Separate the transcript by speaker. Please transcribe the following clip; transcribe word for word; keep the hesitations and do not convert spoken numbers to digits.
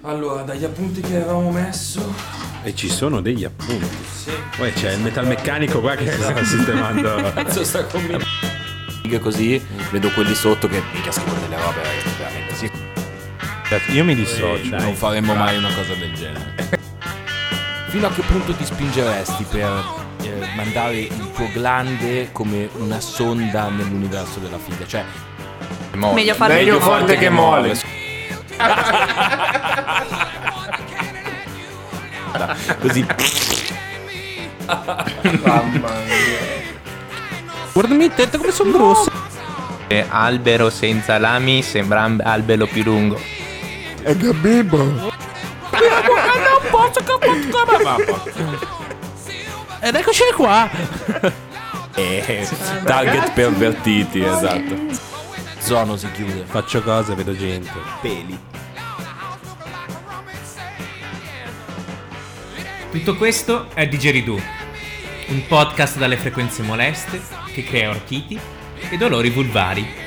Speaker 1: Allora, dagli appunti che avevamo messo.
Speaker 2: E ci sono degli appunti.
Speaker 1: Sì.
Speaker 2: Poi c'è il metalmeccanico qua che sta sistemando.
Speaker 1: Cazzo sta combinando.
Speaker 3: Così vedo quelli sotto che mica scrivono delle robe veramente sì.
Speaker 2: Io mi dissocio.
Speaker 3: Eh, non faremmo mai una cosa del genere. Fino a che punto ti spingeresti per eh, mandare il tuo glande come una sonda nell'universo della figa? Cioè
Speaker 4: Mole. Meglio farlo
Speaker 3: meglio forte che mole. Così.
Speaker 1: Mamma mia.
Speaker 2: Guardami il tetto come sono grosso.
Speaker 5: Albero senza lami sembra un albero più lungo.
Speaker 2: È gabibbo.
Speaker 3: Non posso
Speaker 2: Ed eccoci qua.
Speaker 3: Eh, target pervertiti, esatto. Zono si chiude.
Speaker 2: Faccio cose, vedo gente.
Speaker 3: Peli.
Speaker 6: Tutto questo è Digeridoo, un podcast dalle frequenze moleste che crea orchiti e dolori vulvari.